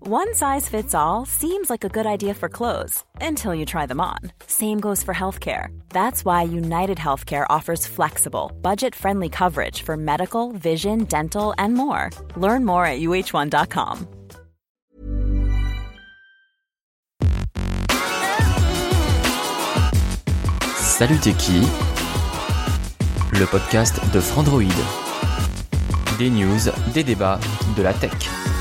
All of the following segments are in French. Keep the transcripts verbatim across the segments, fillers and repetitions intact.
One size fits all seems like a good idea for clothes until you try them on. Same goes for healthcare. That's why United Healthcare offers flexible, budget-friendly coverage for medical, vision, dental, and more. Learn more at U H one dot com. Salut t'es qui ? Le podcast de Frandroid. Des news, des débats, de la tech.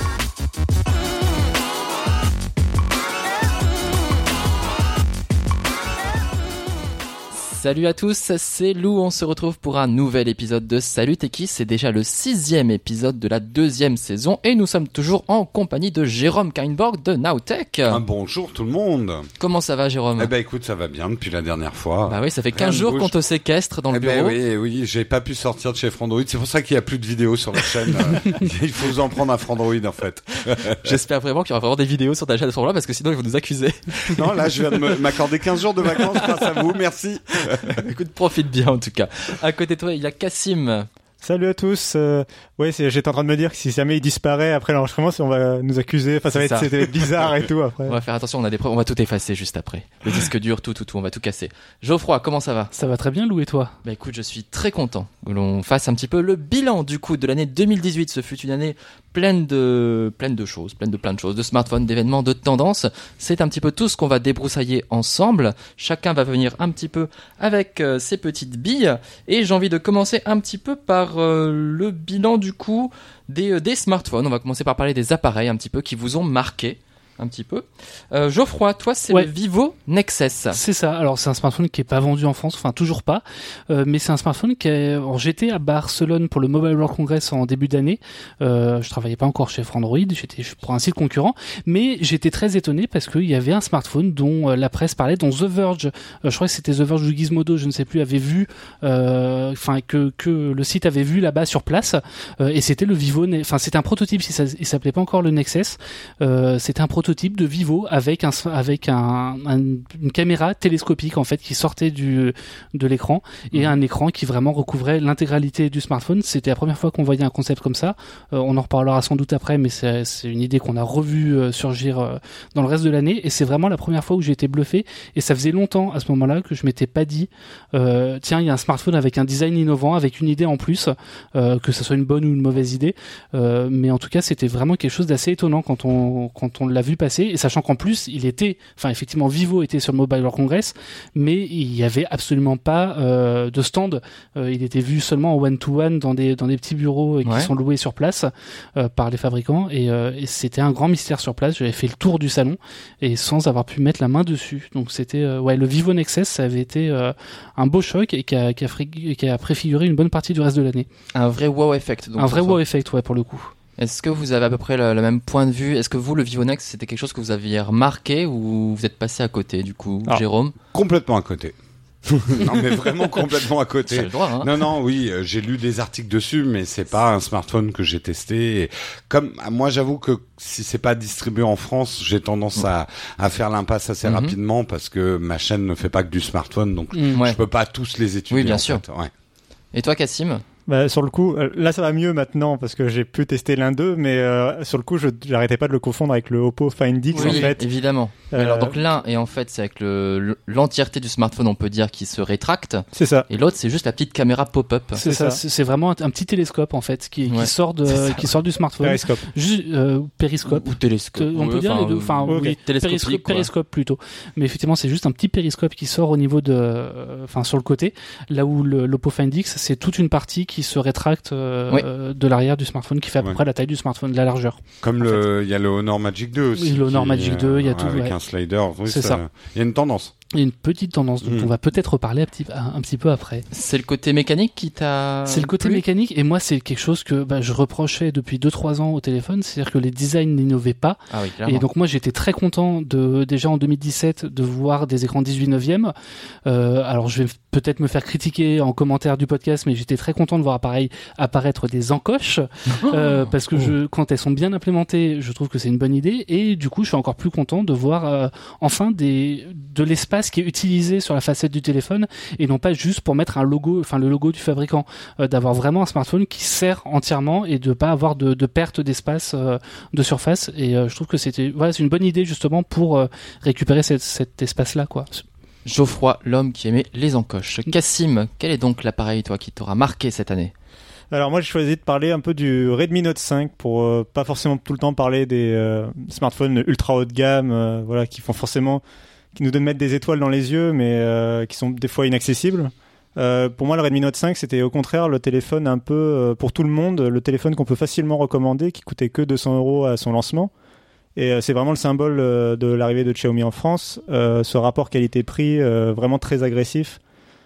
Salut à tous, c'est Lou, on se retrouve pour un nouvel épisode de Salut t'es qui ? C'est déjà le sixième épisode de la deuxième saison et nous sommes toujours en compagnie de Jérôme Kainborg de Nowtech. Un bonjour tout le monde. Comment ça va Jérôme ? Eh ben écoute, ça va bien depuis la dernière fois. Bah oui, ça fait quinze jours qu'on te séquestre dans le eh bureau. Ben oui, oui, j'ai pas pu sortir de chez Frandroid, c'est pour ça qu'il y a plus de vidéos sur la chaîne. Il faut vous en prendre à Frandroid en fait. J'espère vraiment qu'il y aura vraiment des vidéos sur ta chaîne à ce moment-là parce que sinon ils vont nous accuser. Non, là je viens de me- m'accorder quinze jours de vacances grâce à vous, merci. Écoute, profite bien en tout cas. À côté de toi, il y a Cassim. Salut à tous. Euh, ouais, c'est, j'étais en train de me dire que si jamais il disparaît après l'enregistrement, on va nous accuser. Enfin, ça va C'est être ça. c'était bizarre et tout après. On va faire attention, on a des preuves, on va tout effacer juste après. Le disque dur, tout, tout, tout, on va tout casser. Geoffroy, comment ça va ? Ça va très bien, Lou, et toi ? Bah écoute, je suis très content que l'on fasse un petit peu le bilan du coup de l'année deux mille dix-huit. Ce fut une année pleine de, pleine de choses, pleine de plein de choses, de smartphones, d'événements, de tendances. C'est un petit peu tout ce qu'on va débroussailler ensemble. Chacun va venir un petit peu avec euh, ses petites billes. Et j'ai envie de commencer un petit peu par euh, le bilan du coup des, euh, des smartphones. On va commencer par parler des appareils un petit peu qui vous ont marqué. Un petit peu. Euh, Geoffroy, toi, c'est Ouais. le Vivo Nexus. C'est ça. Alors, c'est un smartphone qui est pas vendu en France, enfin toujours pas, euh, mais c'est un smartphone qui est... Alors, j'étais à Barcelone pour le Mobile World Congress en début d'année. Euh, je travaillais pas encore chez Frandroid, j'étais pour un site concurrent, mais j'étais très étonné parce qu'il y avait un smartphone dont euh, la presse parlait, dont The Verge, euh, je crois que c'était The Verge ou Gizmodo, je ne sais plus, avait vu, euh, enfin que que le site avait vu là-bas sur place, euh, et c'était le Vivo, Ne- enfin c'était un prototype, si ça, il s'appelait pas encore le Nexus, euh, c'était un prototype de Vivo avec un avec un, un une caméra télescopique en fait qui sortait du de l'écran et un écran qui vraiment recouvrait l'intégralité du smartphone. C'était la première fois qu'on voyait un concept comme ça. Euh, on en reparlera sans doute après, mais c'est c'est une idée qu'on a revue euh, surgir euh, dans le reste de l'année et c'est vraiment la première fois où j'ai été bluffé et ça faisait longtemps à ce moment-là que je m'étais pas dit euh, tiens, il y a un smartphone avec un design innovant, avec une idée en plus, euh, que ce soit une bonne ou une mauvaise idée, euh, mais en tout cas c'était vraiment quelque chose d'assez étonnant quand on quand on l'a vu passer, et sachant qu'en plus il était, enfin effectivement Vivo était sur le Mobile World Congress, mais il y avait absolument pas euh, de stand, euh, il était vu seulement en one to one dans des dans des petits bureaux euh, qui Ouais. sont loués sur place euh, par les fabricants, et, euh, et c'était un grand mystère sur place. J'avais fait le tour du salon et sans avoir pu mettre la main dessus, donc c'était euh, ouais, le Vivo Nexus, ça avait été euh, un beau choc et qui a, qui a, fri- qui a préfiguré une bonne partie du reste de l'année. Un vrai wow effect. Donc, un vrai ce wow soir. effect, ouais, pour le coup. Est-ce que vous avez à peu près le, le même point de vue ? Est-ce que vous, le Vivo Nex, c'était quelque chose que vous aviez remarqué ou vous êtes passé à côté du coup, Alors, Jérôme ? Complètement à côté. Non mais vraiment complètement à Tu côté. as le droit, hein ? Non, non, oui, euh, j'ai lu des articles dessus, mais c'est pas un smartphone que j'ai testé. Et comme ah, moi, j'avoue que si c'est pas distribué en France, j'ai tendance à, à faire l'impasse assez Mhm. rapidement parce que ma chaîne ne fait pas que du smartphone, donc Mm. Ouais. je peux pas tous les étudier. Oui, bien en sûr. fait. Ouais. Et toi, Cassim ? Bah, sur le coup, euh, là ça va mieux maintenant parce que j'ai pu tester l'un d'eux, mais euh, sur le coup, je j'arrêtais pas de le confondre avec le Oppo Find X en fait. évidemment. Mais Euh, alors, donc l'un, et en fait, c'est avec le, le- l'entièreté du smartphone, on peut dire, qui se rétracte. C'est ça. Et l'autre, c'est juste la petite caméra pop-up. C'est C'est ça, ça. c'est c'est vraiment un, un petit télescope en fait qui, Ouais. qui sort de C'est ça, qui sort du smartphone. Périscope. Juste euh, périscope. Ou, ou télescope. On peut Ouais, dire les deux. Enfin, oui, oui, télescopique, périscope, quoi. périscope plutôt. Mais effectivement, c'est juste un petit périscope qui sort au niveau de, euh, enfin sur le côté, là où le l'Oppo Find X, c'est toute une partie qui se rétracte euh, Oui. euh, de l'arrière du smartphone, qui fait à peu Ouais. près la taille du smartphone, de la largeur. Comme En le, il y a le Honor Magic deux aussi. Oui, le Honor qui, Magic deux, il y a euh, tout, avec ouais. un slider. Oui, C'est ça. Il y a une tendance. Il y a une petite tendance dont Mm. on va peut-être reparler un petit, un, un petit peu après. C'est le côté mécanique qui t'a. C'est le côté plu mécanique, et moi c'est quelque chose que bah, je reprochais depuis deux trois ans au téléphone, c'est-à-dire que les designs n'innovaient pas. Ah oui, clairement. Et donc moi j'étais très content de déjà en deux mille dix-sept de voir des écrans dix-huit neuvième. Euh, alors je vais peut-être me faire critiquer en commentaire du podcast, mais j'étais très content de voir pareil apparaître des encoches euh, parce que je, quand elles sont bien implémentées, je trouve que c'est une bonne idée. Et du coup je suis encore plus content de voir euh, enfin des de l'espace l'espace qui est utilisé sur la facette du téléphone et non pas juste pour mettre un logo, enfin le logo du fabricant, euh, d'avoir vraiment un smartphone qui sert entièrement et de pas avoir de, de perte d'espace, euh, de surface. Et euh, je trouve que c'était, voilà, c'est une bonne idée justement pour euh, récupérer cette, cet espace-là, quoi. Geoffroy, l'homme qui aimait les encoches. Cassim, quel est donc l'appareil, toi, qui t'aura marqué cette année ? Alors moi j'ai choisi de parler un peu du Redmi Note cinq pour euh, pas forcément tout le temps parler des euh, smartphones ultra haut de gamme, euh, voilà, qui font forcément, qui nous donnent mettre des étoiles dans les yeux, mais euh, qui sont des fois inaccessibles. Euh, pour moi le Redmi Note cinq c'était au contraire le téléphone un peu euh, pour tout le monde, le téléphone qu'on peut facilement recommander, qui coûtait que deux cents euros à son lancement. Et euh, c'est vraiment le symbole euh, de l'arrivée de Xiaomi en France, euh, ce rapport qualité-prix euh, vraiment très agressif.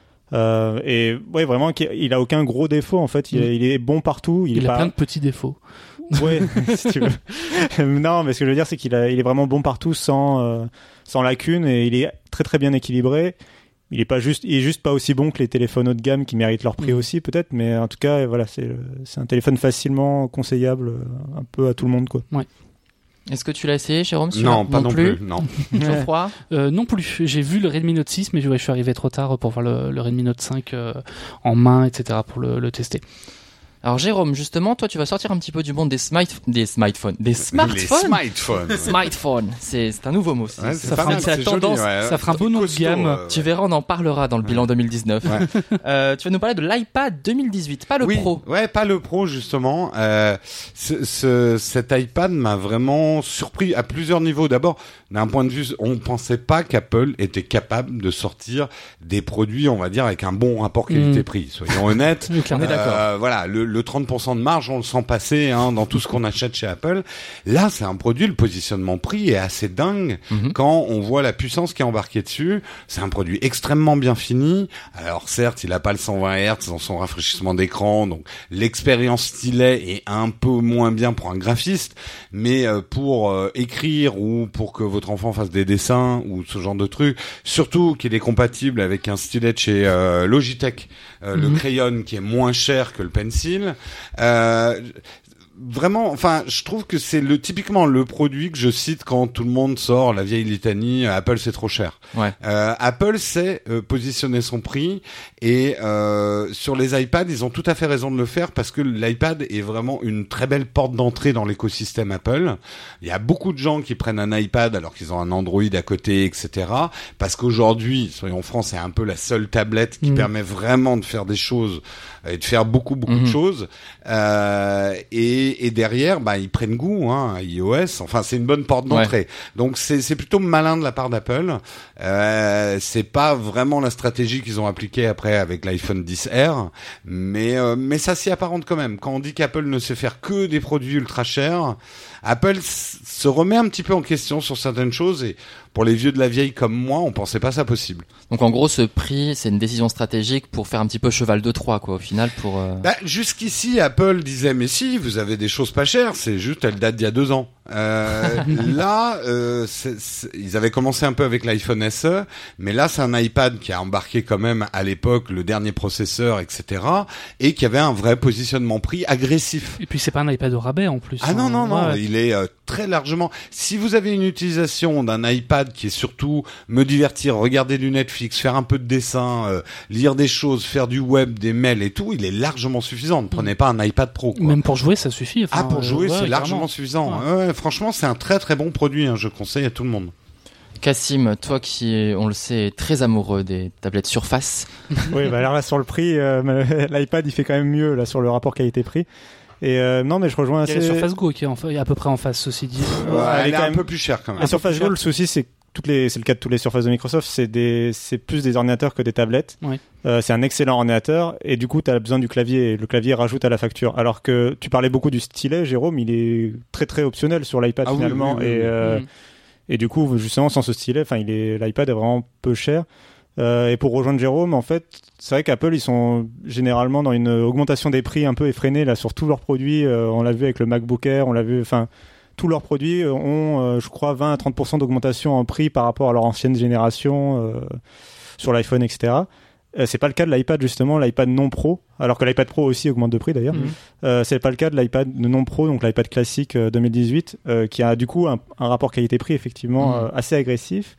Euh, et ouais, vraiment, il a aucun gros défaut en fait. Il, mmh. il est bon partout. Il, il est a pas... plein de petits défauts. Ouais, si tu veux. Non, mais ce que je veux dire, c'est qu'il a, il est vraiment bon partout, sans, euh, sans lacune, et il est très très bien équilibré. Il est pas juste, il est juste pas aussi bon que les téléphones haut de gamme qui méritent leur prix mmh. aussi peut-être, mais en tout cas, voilà, c'est, c'est un téléphone facilement conseillable un peu à tout le monde, quoi. Ouais. Est-ce que tu l'as essayé, Jérôme? Non, pas non plus. plus non. Geoffroy euh, non plus. J'ai vu le Redmi Note six, mais je, ouais, je suis arrivé trop tard pour voir le, le Redmi Note cinq euh, en main, et cetera, pour le, le tester. Alors Jérôme, justement, toi tu vas sortir un petit peu du monde des, smite... des smartphones. Des smartphones Les smartphones Smartphone, c'est, c'est un nouveau mot. Ouais, ça fera, mal, c'est la c'est tendance. Joli, ouais. Ça fera un beau nom de gamme. Euh, tu verras, on en parlera dans le bilan ouais. deux mille dix-neuf. Ouais. euh, tu vas nous parler de l'iPad deux mille dix-huit, pas le oui, Pro. Ouais, pas le Pro justement. Euh, ce, ce, cet iPad m'a vraiment surpris à plusieurs niveaux. D'abord, d'un point de vue, on pensait pas qu'Apple était capable de sortir des produits, on va dire, avec un bon rapport qualité-prix. Mmh. Soyons honnêtes. Oui, on est d'accord. Euh, voilà, le, le trente pour cent de marge, on le sent passer hein, dans tout ce qu'on achète chez Apple. Là, c'est un produit, le positionnement prix est assez dingue mmh. quand on voit la puissance qui est embarquée dessus. C'est un produit extrêmement bien fini. Alors certes, il a pas le cent vingt hertz dans son rafraîchissement d'écran, donc l'expérience stylet est un peu moins bien pour un graphiste, mais euh, pour euh, écrire ou pour que votre enfant fasse des dessins ou ce genre de trucs, surtout qu'il est compatible avec un stylet de chez euh, Logitech, euh, mmh. le Crayon qui est moins cher que le Pencil. Euh, Vraiment, enfin, je trouve que c'est le typiquement le produit que je cite quand tout le monde sort la vieille litanie. Apple c'est trop cher. Ouais. Euh, Apple sait euh, positionner son prix et euh, sur les iPads ils ont tout à fait raison de le faire parce que l'iPad est vraiment une très belle porte d'entrée dans l'écosystème Apple. Il y a beaucoup de gens qui prennent un iPad alors qu'ils ont un Android à côté, et cetera. Parce qu'aujourd'hui, soyons francs, c'est un peu la seule tablette qui mmh. permet vraiment de faire des choses et de faire beaucoup beaucoup mmh. de choses. Euh, et Et, et derrière, bah ils prennent goût, hein, iOS. Enfin, c'est une bonne porte d'entrée. Ouais. Donc c'est c'est plutôt malin de la part d'Apple. Euh, c'est pas vraiment la stratégie qu'ils ont appliquée après avec l'iPhone X R, mais euh, mais ça s'y apparente quand même. Quand on dit qu'Apple ne sait faire que des produits ultra chers, Apple s- se remet un petit peu en question sur certaines choses et pour les vieux de la vieille comme moi, on pensait pas ça possible. Donc en gros, ce prix, c'est une décision stratégique pour faire un petit peu cheval de Troie, quoi, au final, pour. Euh... Bah, jusqu'ici, Apple disait mais si, vous avez des choses pas chères, c'est juste elle date d'il y a deux ans. Euh, là, euh, c'est, c'est, ils avaient commencé un peu avec l'iPhone S E, mais là c'est un iPad qui a embarqué quand même à l'époque le dernier processeur, et cetera, et qui avait un vrai positionnement prix agressif. Et puis c'est pas un iPad au rabais en plus. Ah non non non, ouais. il est euh, très largement. Si vous avez une utilisation d'un iPad qui est surtout me divertir, regarder du Netflix, faire un peu de dessin, euh, lire des choses, faire du web, des mails et tout, il est largement suffisant. Ne prenez pas un iPad Pro, quoi. Même pour jouer, ça suffit. Enfin, ah pour jouer, euh, ouais, c'est largement clairement. suffisant. Ouais. Ouais, franchement, c'est un très très bon produit. Hein, je conseille à tout le monde. Cassim, toi qui, on le sait, est très amoureux des tablettes Surface. Oui, bah alors là sur le prix, euh, l'iPad il fait quand même mieux là sur le rapport qualité-prix. Et euh, non, mais je rejoins assez. Il y a la Surface Go qui est en fa... à peu près en face, ceci dit. Ouais, elle, elle est, quand un même... peu plus chère quand même. La Surface Go, le souci c'est que toutes les, c'est le cas de toutes les Surfaces de Microsoft, c'est des, c'est plus des ordinateurs que des tablettes. Oui. Euh, c'est un excellent ordinateur et du coup, tu as besoin du clavier et le clavier rajoute à la facture. Alors que tu parlais beaucoup du stylet, Jérôme, il est très très optionnel sur l'iPad ah, finalement. Oui, oui, oui, et, oui. euh, mmh. et du coup, justement, sans ce stylet, enfin, il est, l'iPad est vraiment peu cher. Euh, et pour rejoindre Jérôme, en fait, c'est vrai qu'Apple, ils sont généralement dans une augmentation des prix un peu effrénée là sur tous leurs produits. Euh, on l'a vu avec le MacBook Air, on l'a vu, enfin, tous leurs produits ont, euh, je crois, vingt à trente pour cent d'augmentation en prix par rapport à leur ancienne génération euh, sur l'iPhone, et cetera. Euh, c'est pas le cas de l'iPad justement, l'iPad non Pro, alors que l'iPad Pro aussi augmente de prix d'ailleurs. Mmh. Euh, c'est pas le cas de l'iPad non Pro, donc l'iPad classique euh, deux mille dix-huit, euh, qui a du coup un, un rapport qualité-prix effectivement mmh. euh, assez agressif.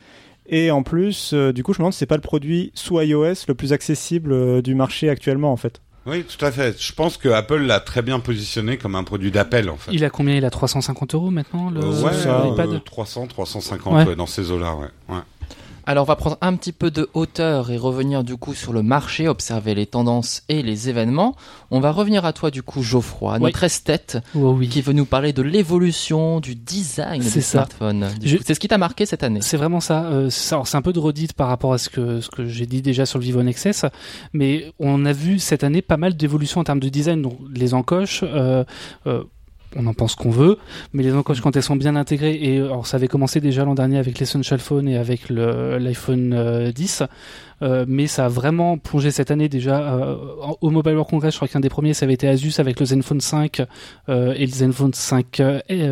Et en plus, euh, du coup, je me demande si c'est pas le produit sous iOS le plus accessible euh, du marché actuellement, en fait. Oui, tout à fait. Je pense que Apple l'a très bien positionné comme un produit d'appel, en fait. Il a combien? Il a trois cent cinquante euros maintenant, le, euh, ouais, ça, l'iPad euh, trois cents, trois cent cinquante, ouais. Ouais, dans ces eaux-là, ouais. ouais. Alors on va prendre un petit peu de hauteur et revenir du coup sur le marché, observer les tendances et les événements. On va revenir à toi du coup Geoffroy, oui. notre esthète oh, oui. qui veut nous parler de l'évolution du design c'est du ça. smartphone. Du Je... coup, c'est ce qui t'a marqué cette année. C'est vraiment ça. Euh, c'est, alors, c'est un peu de redite par rapport à ce que, ce que j'ai dit déjà sur le Vivo Nex S, mais on a vu cette année pas mal d'évolutions en termes de design, donc les encoches, euh, euh, on en pense qu'on veut, mais les encoches quand elles sont bien intégrées, et alors ça avait commencé déjà l'an dernier avec l'Essential Phone et avec le, l'iPhone euh, dix, euh, mais ça a vraiment plongé cette année déjà euh, au Mobile World Congress. Je crois qu'un des premiers ça avait été Asus avec le Zenfone cinq euh, et le Zenfone cinq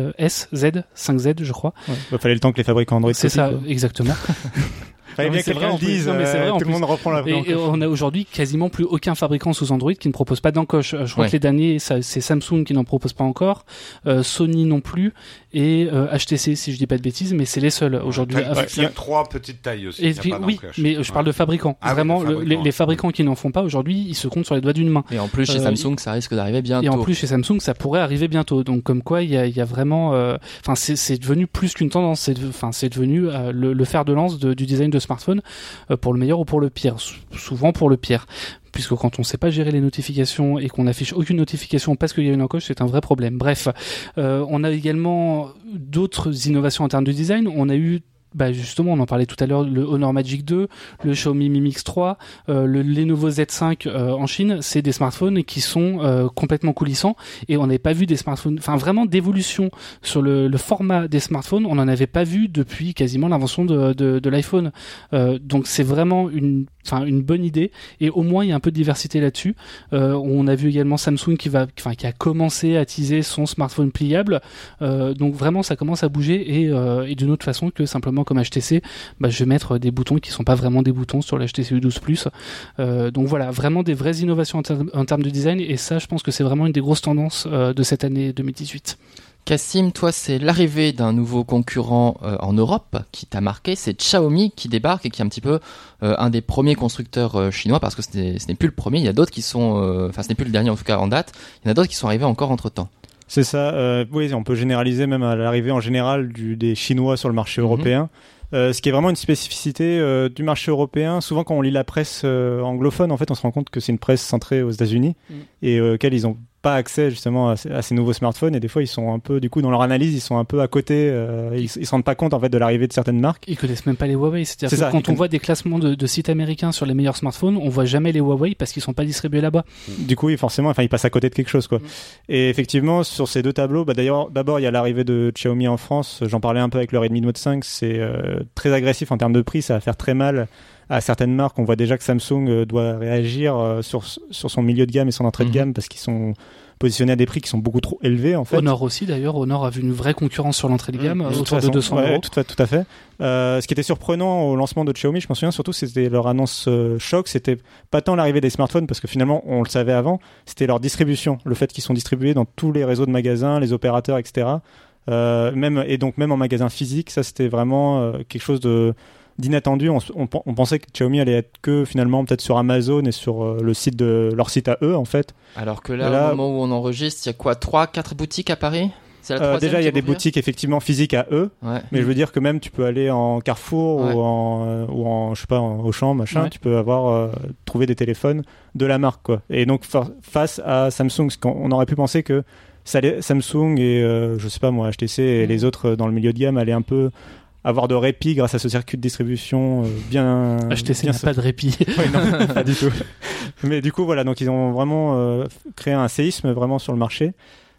S, Z, cinq Z je crois. Il ouais, bah, fallait le temps que les fabricants Android c'est ça, quoi. Exactement. Fallait bien que quelqu'un le dise, euh, tout le monde reprend la et, et on a aujourd'hui quasiment plus aucun fabricant sous Android qui ne propose pas d'encoche. Je crois ouais. que les derniers, ça, c'est Samsung qui n'en propose pas encore, euh, Sony non plus, et euh, H T C si je dis pas de bêtises, mais c'est les seuls aujourd'hui. Ouais, ouais, il y a trois petites tailles aussi. Et puis, oui, mais je ouais. parle de fabricants. Ah, Vraiment, oui, le fabricants, les, les fabricants qui n'en font pas aujourd'hui, ils se comptent sur les doigts d'une main. Et en plus chez euh, Samsung, ça risque d'arriver bientôt. Et en plus chez Samsung, ça pourrait arriver bientôt. Donc comme quoi, il y a, il y a vraiment, enfin, euh, c'est, c'est devenu plus qu'une tendance. C'est, enfin, c'est devenu euh, le, le fer de lance de, du design de smartphone. Pour le meilleur ou pour le pire, souvent pour le pire, puisque quand on ne sait pas gérer les notifications et qu'on n'affiche aucune notification parce qu'il y a une encoche, c'est un vrai problème. Bref, euh, on a également d'autres innovations en termes de design. On a eu bah justement, on en parlait tout à l'heure, le Honor Magic deux, le Xiaomi Mi Mix trois, euh, le Lenovo Z cinq euh, en Chine, c'est des smartphones qui sont euh, complètement coulissants et on n'avait pas vu des smartphones, enfin vraiment d'évolution sur le, le format des smartphones, on n'en avait pas vu depuis quasiment l'invention de, de, de l'iPhone. Euh, donc c'est vraiment une, enfin une bonne idée et au moins il y a un peu de diversité là-dessus. Euh, on a vu également Samsung qui va, enfin qui a commencé à teaser son smartphone pliable. Euh, donc vraiment ça commence à bouger et, euh, et d'une autre façon que simplement comme H T C, bah, je vais mettre des boutons qui sont pas vraiment des boutons sur l'H T C U douze plus. Euh, donc voilà, vraiment des vraies innovations en, ter- en termes de design et ça, je pense que c'est vraiment une des grosses tendances euh, de cette année deux mille dix-huit. Cassim, toi, c'est l'arrivée d'un nouveau concurrent euh, en Europe qui t'a marqué, c'est Xiaomi qui débarque et qui est un petit peu euh, un des premiers constructeurs euh, chinois parce que ce n'est, ce n'est plus le premier, il y a d'autres qui sont, enfin euh, ce n'est plus le dernier en tout cas en date, il y en a d'autres qui sont arrivés encore entre-temps. C'est ça, euh, oui, on peut généraliser même à l'arrivée en général du, des Chinois sur le marché mmh. européen. Euh, ce qui est vraiment une spécificité euh, du marché européen. Souvent, quand on lit la presse euh, anglophone, en fait, on se rend compte que c'est une presse centrée aux États-Unis mmh. et euh, auquel ils ont pas accès justement à ces, à ces nouveaux smartphones et des fois ils sont un peu, du coup, dans leur analyse, ils sont un peu à côté. Euh, ils, ils se rendent pas compte en fait de l'arrivée de certaines marques. Ils connaissent même pas les Huawei. C'est-à-dire c'est que ça, quand on voit des classements de, de sites américains sur les meilleurs smartphones, on voit jamais les Huawei parce qu'ils sont pas distribués là-bas. Du coup, oui, forcément, enfin, ils passent à côté de quelque chose, quoi. Mmh. Et effectivement, sur ces deux tableaux, bah d'ailleurs, d'abord il y a l'arrivée de Xiaomi en France. J'en parlais un peu avec le Redmi Note cinq. C'est euh, très agressif en termes de prix, ça va faire très mal à certaines marques. On voit déjà que Samsung euh, doit réagir euh, sur sur son milieu de gamme et son entrée mmh. de gamme parce qu'ils sont positionnés à des prix qui sont beaucoup trop élevés en fait. Honor aussi d'ailleurs, Honor a vu une vraie concurrence sur l'entrée de gamme, mmh, autour façon, de deux cents ouais, euros. Tout à, tout à fait. Euh, ce qui était surprenant au lancement de Xiaomi, je m'en souviens surtout, c'était leur annonce euh, choc, c'était pas tant l'arrivée des smartphones parce que finalement on le savait avant, c'était leur distribution, le fait qu'ils sont distribués dans tous les réseaux de magasins, les opérateurs, et cetera. Euh, même et donc même en magasin physique, ça c'était vraiment euh, quelque chose de d'inattendu. On, on, on pensait que Xiaomi allait être que finalement peut-être sur Amazon et sur euh, le site de leur site à eux en fait. Alors que là, là au moment où on enregistre, il y a quoi, trois, quatre boutiques à Paris ? C'est la euh, déjà, il y a des boutiques effectivement physiques à eux, ouais. mais je veux dire que même tu peux aller en Carrefour ouais. ou en euh, ou en je sais pas en Auchan machin, ouais. tu peux avoir euh, trouver des téléphones de la marque quoi. Et donc fa- face à Samsung, on aurait pu penser que ça allait, Samsung et euh, je sais pas moi H T C et mmh. les autres dans le milieu de gamme allaient un peu avoir de répit grâce à ce circuit de distribution euh, bien. H T C bien n'a pas de répit. Oui, non, pas du tout. Mais du coup, voilà, donc ils ont vraiment euh, créé un séisme vraiment sur le marché.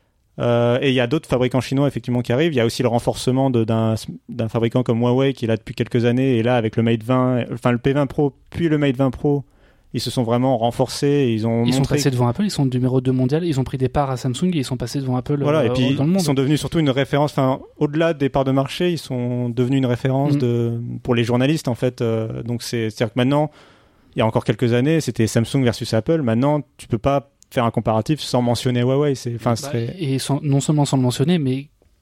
Euh, et il y a d'autres fabricants chinois effectivement qui arrivent. Il y a aussi le renforcement de, d'un, d'un fabricant comme Huawei qui est là depuis quelques années. Et là, avec le Mate vingt, enfin le P vingt Pro, puis le Mate vingt Pro, ils se sont vraiment renforcés. Et ils ont ils montré... sont passés devant Apple, ils sont numéro deux mondial, ils ont pris des parts à Samsung et ils sont passés devant Apple voilà, euh, et puis dans le monde. Ils sont devenus surtout une référence, enfin, au-delà des parts de marché, ils sont devenus une référence mmh. de, pour les journalistes en fait. Euh, donc c'est, c'est-à-dire que maintenant, il y a encore quelques années, c'était Samsung versus Apple. Maintenant, tu peux pas faire un comparatif sans mentionner Huawei. C'est, enfin, bah, serait... Et sans, non seulement sans le mentionner, mais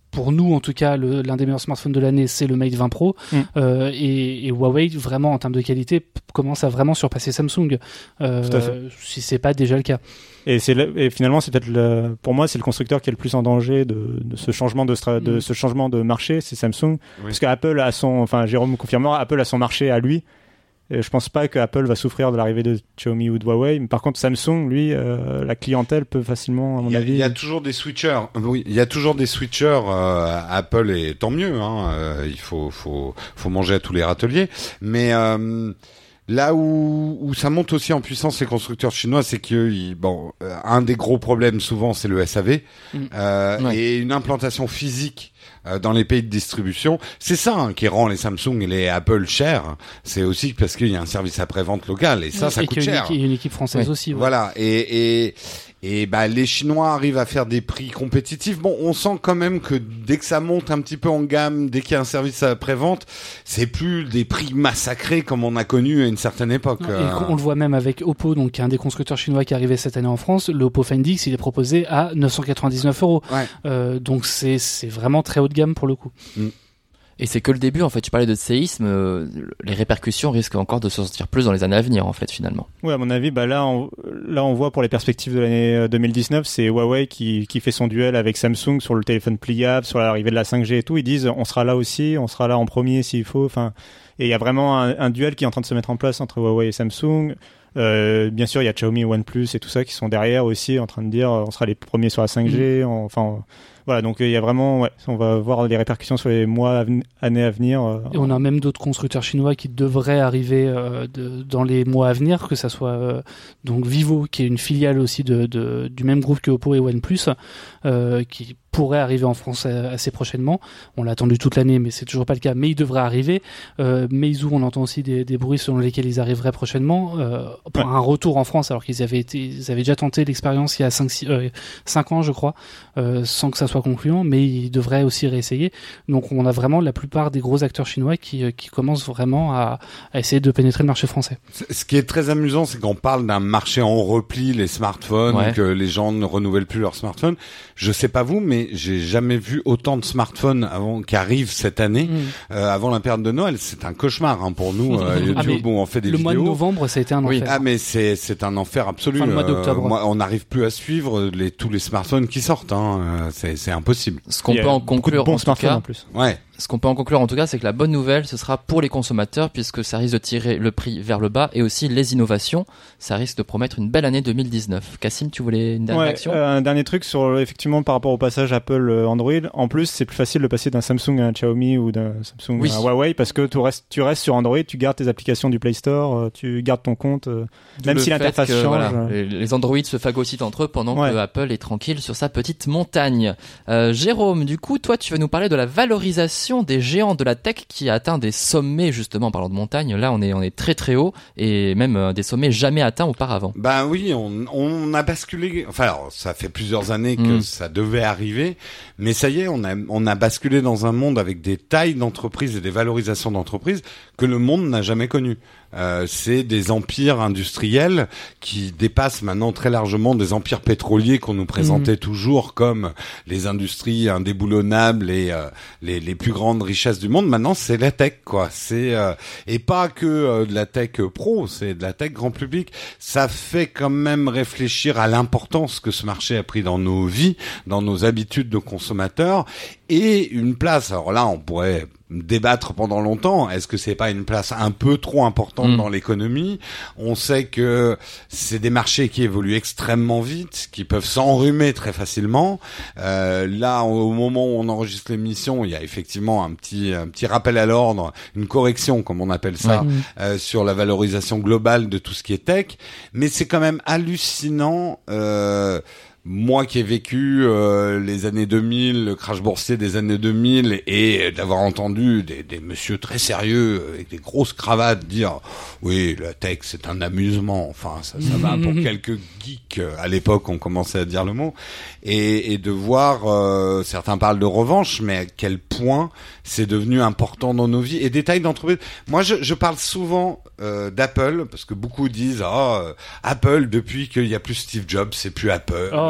pour nous en tout cas le, l'un des meilleurs smartphones de l'année, c'est le Mate vingt Pro. Mm. Euh, et, et Huawei vraiment en termes de qualité p- commence à vraiment surpasser Samsung, euh, si c'est pas déjà le cas. Et, c'est le, et finalement, c'est peut-être le, pour moi, c'est le constructeur qui est le plus en danger de, de ce changement de, stra, de mm. ce changement de marché, c'est Samsung, oui. Parce qu'Apple a son, enfin Jérôme confirmera, Apple a son marché à lui. Et je pense pas que Apple va souffrir de l'arrivée de Xiaomi ou de Huawei. Mais par contre, Samsung, lui, euh, la clientèle peut facilement, à mon il y a, avis. Il y a toujours des switchers. Oui, il y a toujours des switchers. Euh, Apple et tant mieux. Hein, euh, il faut, faut, faut manger à tous les râteliers. Mais euh, là où, où ça monte aussi en puissance les constructeurs chinois, c'est que ils, bon, euh, un des gros problèmes souvent, c'est le S A V mmh. euh, ouais. et une implantation physique. Dans les pays de distribution, c'est ça hein, qui rend les Samsung et les Apple chers. C'est aussi parce qu'il y a un service après-vente local et ça, oui, ça et coûte cher. Il y a une équipe française oui. aussi. Ouais. Voilà. Et et et bah les Chinois arrivent à faire des prix compétitifs. Bon, on sent quand même que dès que ça monte un petit peu en gamme, dès qu'il y a un service après-vente, c'est plus des prix massacrés comme on a connu à une certaine époque. Non, et on le voit même avec Oppo, donc qui est un des constructeurs chinois qui est arrivé cette année en France. Le Oppo Find X, il est proposé à neuf cent quatre-vingt-dix-neuf euros. Ouais. Euh, donc c'est c'est vraiment très haut de gamme pour le coup. Mm. Et c'est que le début, en fait. Tu parlais de séisme, euh, les répercussions risquent encore de se sentir plus dans les années à venir, en fait, finalement. Oui, à mon avis, bah là, on, là, on voit pour les perspectives de l'année deux mille dix-neuf, c'est Huawei qui, qui fait son duel avec Samsung sur le téléphone pliable, sur l'arrivée de la cinq G et tout. Ils disent, on sera là aussi, on sera là en premier s'il faut. Enfin, et il y a vraiment un, un duel qui est en train de se mettre en place entre Huawei et Samsung. Euh, bien sûr, il y a Xiaomi, OnePlus et tout ça qui sont derrière aussi, en train de dire, on sera les premiers sur la cinq G. Mmh. On, enfin. Voilà, donc il y a vraiment, ouais, on va voir les répercussions sur les mois, aven- années à venir. Euh, et on a même d'autres constructeurs chinois qui devraient arriver euh, de, dans les mois à venir, que ça soit euh, donc Vivo, qui est une filiale aussi de, de, du même groupe que Oppo et OnePlus, euh, qui pourrait arriver en France assez prochainement. On l'a attendu toute l'année, mais c'est toujours pas le cas. Mais il devrait arriver. Euh, Meizu, on entend aussi des, des bruits selon lesquels ils arriveraient prochainement euh, pour ouais. un retour en France, alors qu'ils avaient été, ils avaient déjà tenté l'expérience il y a cinq ans, je crois, euh, sans que ça soit concluant, mais ils devraient aussi réessayer. Donc on a vraiment la plupart des gros acteurs chinois qui, qui commencent vraiment à, à essayer de pénétrer le marché français. Ce qui est très amusant, c'est qu'on parle d'un marché en repli, les smartphones, ouais. que les gens ne renouvellent plus leurs smartphones. Je sais pas vous, mais j'ai jamais vu autant de smartphones avant qui arrivent cette année, mmh. euh, avant la période de Noël. C'est un cauchemar hein, pour nous. Euh, YouTube, ah, où on fait des le vidéos. Le mois de novembre, ça a été un enfer. Oui. Ah mais c'est c'est un enfer absolu. Enfin, le mois d'octobre. Euh, moi, on n'arrive plus à suivre les tous les smartphones qui sortent. Hein. C'est c'est impossible. Ce qu'on peut en conclure bon en tout cas, en plus. Ouais. Ce qu'on peut en conclure en tout cas, c'est que la bonne nouvelle, ce sera pour les consommateurs, puisque ça risque de tirer le prix vers le bas, et aussi les innovations, ça risque de promettre une belle année deux mille dix-neuf. Cassim, tu voulais une dernière ouais, réaction ? euh, Un dernier truc sur effectivement par rapport au passage Apple Android. En plus, c'est plus facile de passer d'un Samsung à un Xiaomi ou d'un Samsung oui. à un Huawei, parce que tu restes, tu restes sur Android, tu gardes tes applications du Play Store, tu gardes ton compte, même si l'interface que, change. Voilà, les Android se phagocytent entre eux pendant ouais. que Apple est tranquille sur sa petite montagne. Euh, Jérôme, du coup, toi, tu vas nous parler de la valorisation des géants de la tech qui a atteint des sommets, justement, en parlant de montagne. Là, on est, on est très très haut, et même euh, des sommets jamais atteints auparavant. Ben oui, on, on a basculé, enfin, alors, ça fait plusieurs années que mmh. ça devait arriver, mais ça y est, on a, on a basculé dans un monde avec des tailles d'entreprises et des valorisations d'entreprises que le monde n'a jamais connues. Euh, c'est des empires industriels qui dépassent maintenant très largement des empires pétroliers qu'on nous présentait mmh. toujours comme les industries indéboulonnables et euh, les, les plus grandes richesses du monde. Maintenant, c'est la tech, quoi. C'est euh, et pas que euh, de la tech pro, c'est de la tech grand public. Ça fait quand même réfléchir à l'importance que ce marché a pris dans nos vies, dans nos habitudes de consommateurs, et une place. Alors là, on pourrait débattre pendant longtemps. Est-ce que c'est pas une place un peu trop importante mmh. dans l'économie ? On sait que c'est des marchés qui évoluent extrêmement vite, qui peuvent s'enrhumer très facilement. Euh, là, au moment où on enregistre l'émission, il y a effectivement un petit un petit rappel à l'ordre, une correction comme on appelle ça, ouais. euh, sur la valorisation globale de tout ce qui est tech. Mais c'est quand même hallucinant. Euh, Moi qui ai vécu euh, les années deux mille, le crash boursier des années deux mille, et d'avoir entendu des, des messieurs très sérieux avec des grosses cravates dire « Oui, la tech, c'est un amusement. » Enfin, ça, ça va pour quelques geeks. À l'époque, on commençait à dire le mot. Et, et de voir, euh, certains parlent de revanche, mais à quel point c'est devenu important dans nos vies. Et des tailles d'entreprise. Moi, je, je parle souvent euh, d'Apple, parce que beaucoup disent « Ah, oh, Apple, depuis qu'il y a plus Steve Jobs, c'est plus Apple. » Oh,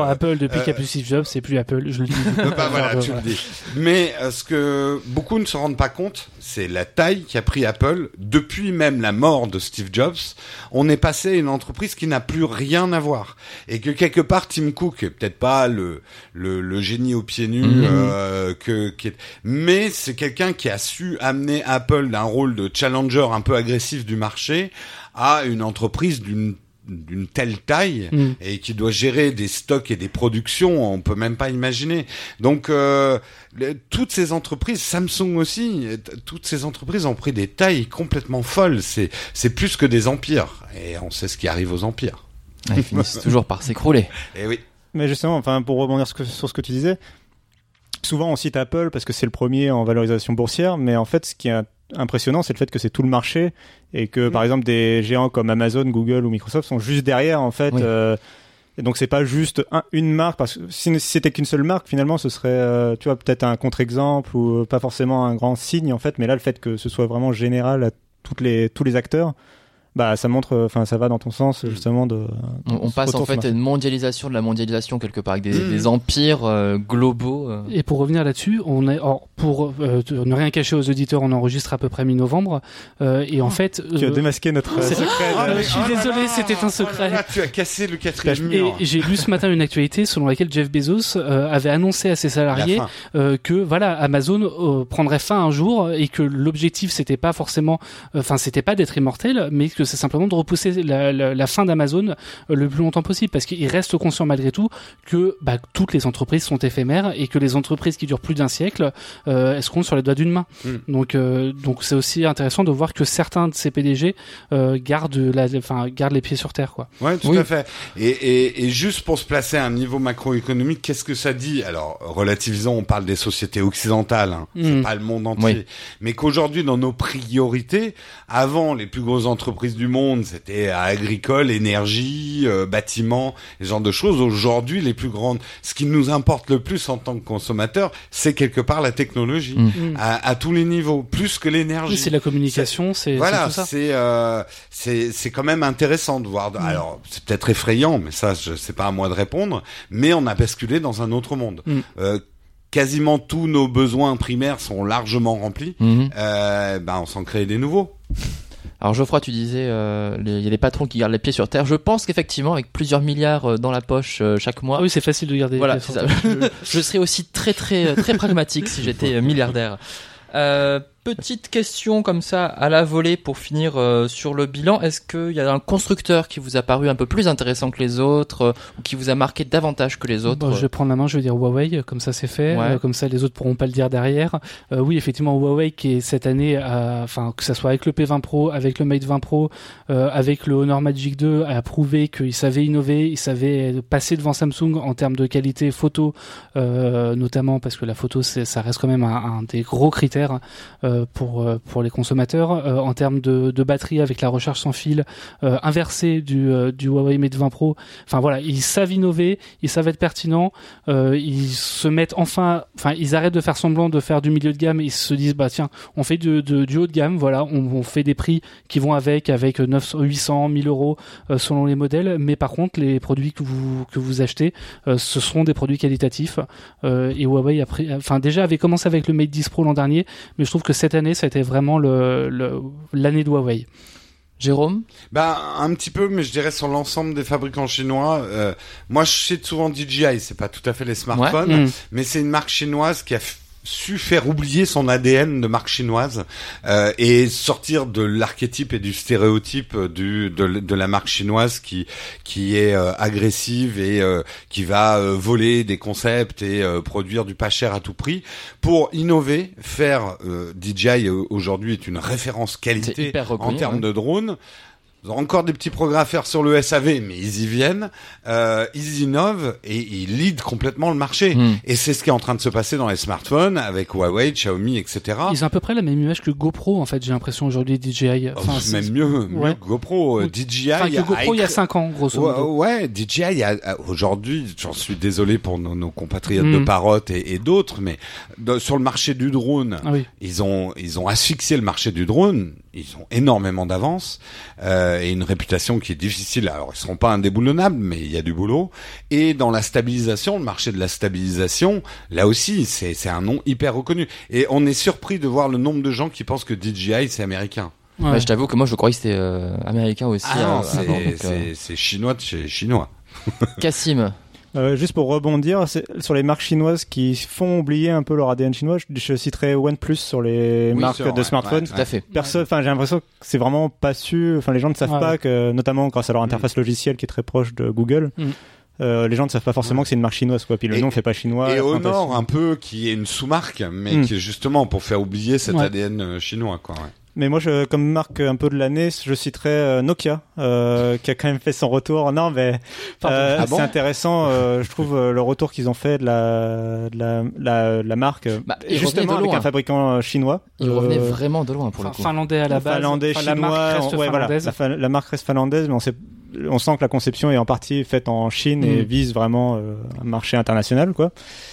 Apple depuis euh, qu'il n'y a plus Steve Jobs, c'est plus Apple. Je le dis. bah voilà, tu le dis. Mais euh, ce que beaucoup ne se rendent pas compte, c'est la taille qu'a pris Apple depuis même la mort de Steve Jobs. On est passé à une entreprise qui n'a plus rien à voir, et que quelque part Tim Cook est peut-être pas le le, le génie aux pieds nus, mmh. euh, que qui est... mais c'est quelqu'un qui a su amener Apple d'un rôle de challenger un peu agressif du marché à une entreprise d'une d'une telle taille mmh. et qui doit gérer des stocks et des productions, on peut même pas imaginer. Donc euh, les, toutes ces entreprises, Samsung aussi, toutes ces entreprises ont pris des tailles complètement folles. C'est c'est plus que des empires, et on sait ce qui arrive aux empires. Ils finissent toujours par s'écrouler. Et oui. Mais justement, enfin pour rebondir sur ce que tu disais, souvent on cite Apple parce que c'est le premier en valorisation boursière, mais en fait ce qui est impressionnant, c'est le fait que c'est tout le marché, et que mmh. par exemple des géants comme Amazon, Google ou Microsoft sont juste derrière en fait. Oui. Euh, et donc c'est pas juste un, une marque, parce que si, si c'était qu'une seule marque, finalement ce serait euh, tu vois peut-être un contre-exemple ou euh, pas forcément un grand signe en fait. Mais là le fait que ce soit vraiment général à toutes les tous les acteurs, bah ça montre, enfin ça va dans ton sens justement de. de on, on passe en fait à une mondialisation de la mondialisation quelque part, avec des, mmh. des empires euh, globaux. Euh. Et pour revenir là-dessus, on est, or, pour euh, ne rien cacher aux auditeurs, on enregistre à peu près mi-novembre, euh, et en oh, fait. Tu euh, as démasqué notre c'est... secret. Oh, je suis oh désolé, là, c'était un secret. Oh là, tu as cassé le quatrième mur. Et j'ai lu ce matin une actualité selon laquelle Jeff Bezos euh, avait annoncé à ses salariés euh, que voilà Amazon euh, prendrait fin un jour, et que l'objectif c'était pas forcément, enfin euh, c'était pas d'être immortel, mais que c'est simplement de repousser La, la, la fin d'Amazon le plus longtemps possible, parce qu'il reste conscient malgré tout que bah, toutes les entreprises sont éphémères, et que les entreprises qui durent plus d'un siècle euh, elles se comptent sur les doigts d'une main. Mm. Donc, euh, donc c'est aussi intéressant de voir que certains de ces P D G euh, gardent, la, enfin, gardent les pieds sur terre, quoi. Ouais, tout oui. à fait. Et, et, et juste pour se placer à un niveau macroéconomique, qu'est-ce que ça dit ? Alors, relativisons, on parle des sociétés occidentales, hein. Mm. C'est pas le monde entier. Oui. Mais qu'aujourd'hui, dans nos priorités, avant, les plus grosses entreprises du monde, c'était agricole, énergie, euh, bâtiment, ce genre de choses. Aujourd'hui, les plus grandes, ce qui nous importe le plus en tant que consommateurs, c'est quelque part la technologie, mmh. à, à tous les niveaux, plus que l'énergie. Oui, c'est la communication, c'est, c'est voilà, c'est tout ça. c'est euh, c'est c'est quand même intéressant de voir. De, mmh. Alors, c'est peut-être effrayant, mais ça, je, c'est pas à moi de répondre. Mais on a basculé dans un autre monde. Mmh. Euh, quasiment tous nos besoins primaires sont largement remplis. Mmh. Euh, ben, on s'en crée des nouveaux. Alors Geoffroy, tu disais, il euh, y a des patrons qui gardent les pieds sur terre. Je pense qu'effectivement, avec plusieurs milliards euh, dans la poche euh, chaque mois. Ah oui, c'est facile de garder. Voilà, c'est ça. je, je serais aussi très très très pragmatique si j'étais milliardaire. Euh, petite question comme ça à la volée pour finir euh, sur le bilan. Est-ce qu'il y a un constructeur qui vous a paru un peu plus intéressant que les autres, euh, ou qui vous a marqué davantage que les autres ? Bon, je vais prendre la main, je vais dire Huawei, comme ça c'est fait, ouais. euh, comme ça les autres pourront pas le dire derrière. Euh, oui, effectivement, Huawei qui est cette année, enfin que ça soit avec le P vingt Pro, avec le Mate vingt Pro, euh, avec le Honor Magic deux, a prouvé qu'il savait innover, il savait passer devant Samsung en termes de qualité photo, euh, notamment parce que la photo c'est, ça reste quand même un, un des gros critères euh, pour pour les consommateurs, euh, en termes de, de batterie avec la recharge sans fil euh, inversée du, euh, du Huawei Mate vingt Pro. Enfin voilà, ils savent innover, ils savent être pertinents, euh, ils se mettent enfin, enfin ils arrêtent de faire semblant de faire du milieu de gamme, ils se disent bah tiens, on fait de, de, du haut de gamme, voilà, on, on fait des prix qui vont avec, avec neuf cents, huit cents, mille euros euh, selon les modèles, mais par contre les produits que vous que vous achetez, euh, ce seront des produits qualitatifs. Euh, et Huawei après, enfin déjà avait commencé avec le Mate dix Pro l'an dernier, mais je trouve que cette année ça a été vraiment le, le, l'année de Huawei. Jérôme ? Bah un petit peu, mais je dirais sur l'ensemble des fabricants chinois. Euh, moi, je cite souvent D J I. C'est pas tout à fait les smartphones, ouais. mmh. mais c'est une marque chinoise qui a f- su faire oublier son A D N de marque chinoise euh, et sortir de l'archétype et du stéréotype du de, de la marque chinoise qui qui est euh, agressive et euh, qui va euh, voler des concepts et euh, produire du pas cher à tout prix pour innover, faire euh, D J I euh, aujourd'hui est une référence qualité reconnu, en termes ouais. de drones. Ils ont encore des petits progrès à faire sur le S A V, mais ils y viennent, euh, ils innovent et ils lead complètement le marché. Mm. Et c'est ce qui est en train de se passer dans les smartphones avec Huawei, Xiaomi, et cetera. Ils ont à peu près la même image que GoPro, en fait, j'ai l'impression aujourd'hui, D J I. Enfin, oh, même c'est... mieux, mieux ouais. que GoPro. Oui. D J I. Enfin, que GoPro il y a cinq ans, grosso modo. Ouais, ouais D J I, a, aujourd'hui, j'en suis désolé pour nos, nos compatriotes mm. de Parrot et, et d'autres, mais de, sur le marché du drone, ah oui. ils ont, ils ont asphyxié le marché du drone. Ils ont énormément d'avance euh, et une réputation qui est difficile. Alors, ils seront pas indéboulonnables, mais il y a du boulot. Et dans la stabilisation, le marché de la stabilisation, là aussi, c'est, c'est un nom hyper reconnu. Et on est surpris de voir le nombre de gens qui pensent que D J I, c'est américain. Ouais. Bah, je t'avoue que moi, je croyais que c'était euh, américain aussi. Ah non, euh, c'est, avant, donc, c'est, euh... c'est chinois de chez chinois. Cassim. Euh, juste pour rebondir c'est, sur les marques chinoises qui font oublier un peu leur A D N chinois, je, je citerai OnePlus sur les oui, marques sûr, de ouais, smartphones. Ouais, tout à fait. Personne, enfin, j'ai l'impression que c'est vraiment pas su. Enfin, les gens ne savent Ouais. pas que, notamment grâce à leur interface Mm. logicielle qui est très proche de Google. Mm. Euh, les gens ne savent pas forcément Ouais. que c'est une marque chinoise, quoi. Puis le Et- nom fait pas chinois. Et la Honor, présentation- un peu, qui est une sous-marque, mais Mm. qui est justement pour faire oublier cet Ouais. A D N euh, chinois, quoi. Ouais. Mais moi, je, comme marque un peu de l'année, je citerais euh, Nokia, euh, qui a quand même fait son retour. Non, mais euh, Ah bon c'est intéressant. Euh, je trouve euh, le retour qu'ils ont fait de la, de la, la, la marque, Bah, et ils justement revenaient de avec loin. un fabricant euh, chinois. Il Euh, revenait vraiment de loin pour le Enfin, coup. finlandais à la base. Finlandais, Enfin, la chinois, marque reste ouais, voilà. finlandaise. La, fa- la marque reste finlandaise, mais on sait, on sent que la conception est en partie faite en Chine et Mm. vise vraiment euh, un marché international, quoi.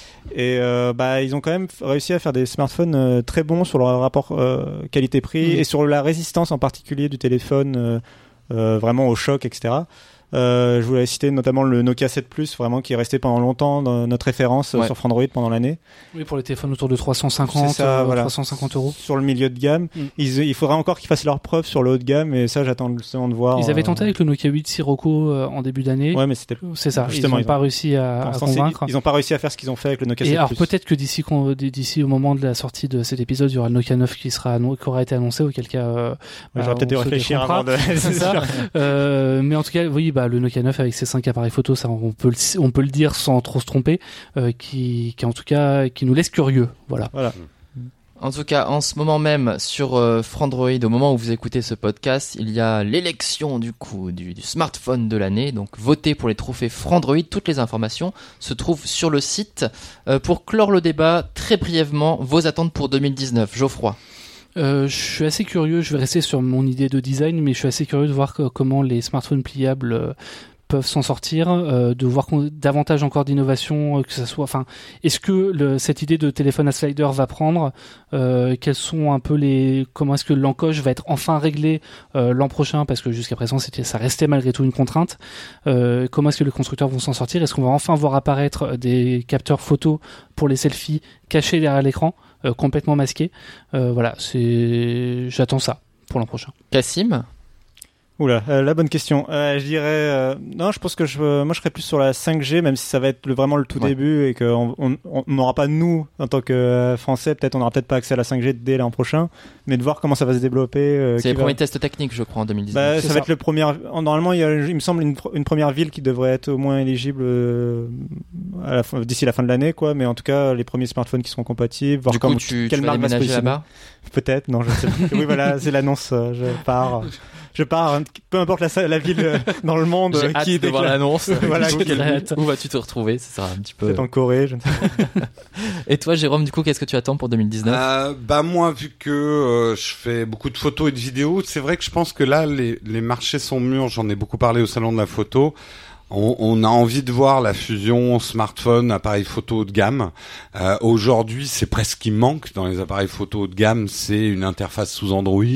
Et euh, bah ils ont quand même f- réussi à faire des smartphones euh, très bons sur leur rapport euh, qualité-prix Mm. et sur la résistance en particulier du téléphone, euh, euh, vraiment au choc, et cetera. Euh, je voulais citer notamment le Nokia sept Plus, vraiment qui est resté pendant longtemps dans notre référence euh, Ouais. sur Android pendant l'année. Oui, pour les téléphones autour de trois cent cinquante, C'est ça, euh, voilà. trois cent cinquante euros. Sur le milieu de gamme, Mm. ils, il faudra encore qu'ils fassent leurs preuves sur le haut de gamme et ça j'attends justement de voir. Ils avaient euh, tenté avec le Nokia huit Sirocco euh, en début d'année. Ouais, mais c'était. C'est ça. Justement, ils ils n'ont pas ont- réussi à, pour à l'instant, c'est- convaincre. Ils n'ont pas réussi à faire ce qu'ils ont fait avec le Nokia Et sept alors Plus. peut-être que d'ici qu'on- d'ici au moment de la sortie de cet épisode, il y aura le Nokia neuf qui sera annon- qui aura été annoncé, auquel cas euh, Ouais, bah, J'aurais peut-être dû on se réfléchir détrompera. avant de. C'est ça. Euh, mais en tout cas, oui, bah le Nokia neuf avec ses cinq appareils photo, ça on peut le, on peut le dire sans trop se tromper, euh, qui, qui en tout cas qui nous laisse curieux. Voilà. Voilà. En tout cas, en ce moment même, sur euh, Frandroid, au moment où vous écoutez ce podcast, il y a l'élection du coup du, du smartphone de l'année. Donc, votez pour les trophées Frandroid. Toutes les informations se trouvent sur le site. Euh, pour clore le débat, très brièvement, vos attentes pour deux mille dix-neuf. Geoffroy. Euh, je suis assez curieux. Je vais rester sur mon idée de design, mais je suis assez curieux de voir que- comment les smartphones pliables euh, peuvent s'en sortir, euh, de voir qu'on- davantage encore d'innovation, euh, que ça soit. Enfin, est-ce que le, cette idée de téléphone à slider va prendre euh, Quels sont un peu les Comment est-ce que l'encoche va être enfin réglée euh, l'an prochain Parce que jusqu'à présent, c'était, ça restait malgré tout une contrainte. Euh, comment est-ce que les constructeurs vont s'en sortir Est-ce qu'on va enfin voir apparaître des capteurs photo pour les selfies cachés derrière l'écran, euh, complètement masqués euh, Voilà, c'est. J'attends ça pour l'an prochain. Cassim. Oula, euh, la bonne question. Euh, je dirais, euh, non, je pense que je, moi je serais plus sur la cinq G, même si ça va être le, vraiment le tout Ouais. début et qu'on on on n'aura pas nous en tant que euh, Français, peut-être on n'aura peut-être pas accès à la cinq G dès l'an prochain, mais de voir comment ça va se développer. euh, C'est qui les va- premiers tests techniques, je crois, en deux mille dix-neuf. Bah, C'est ça va ça. être le premier. Normalement, il, y a, il me semble une, une première ville qui devrait être au moins éligible euh, à la fin- d'ici la fin de l'année, quoi. Mais en tout cas, les premiers smartphones qui seront compatibles, voir du coup, comment, tu, quelle tu vas marque va se déménager positionner. là-bas. Peut-être, non, je sais pas. Oui, voilà, c'est l'annonce. euh, Je pars. Je pars. Peu importe la, la ville euh, dans le monde J'ai euh, hâte qui de voir déclare- l'annonce. Voilà, Du coup, qui- quelle- hâte. où vas-tu te retrouver? Ce sera un petit peu. Peut-être en Corée, je ne sais pas. Et toi, Jérôme, du coup, qu'est-ce que tu attends pour deux mille dix-neuf? Euh, bah moi, vu que euh, je fais beaucoup de photos et de vidéos, c'est vrai que je pense que là, les, les marchés sont mûrs. J'en ai beaucoup parlé au salon de la photo. On, on a envie de voir la fusion smartphone, appareil photo haut de gamme. Euh, aujourd'hui, c'est presque ce qui manque dans les appareils photo haut de gamme, c'est une interface sous Android.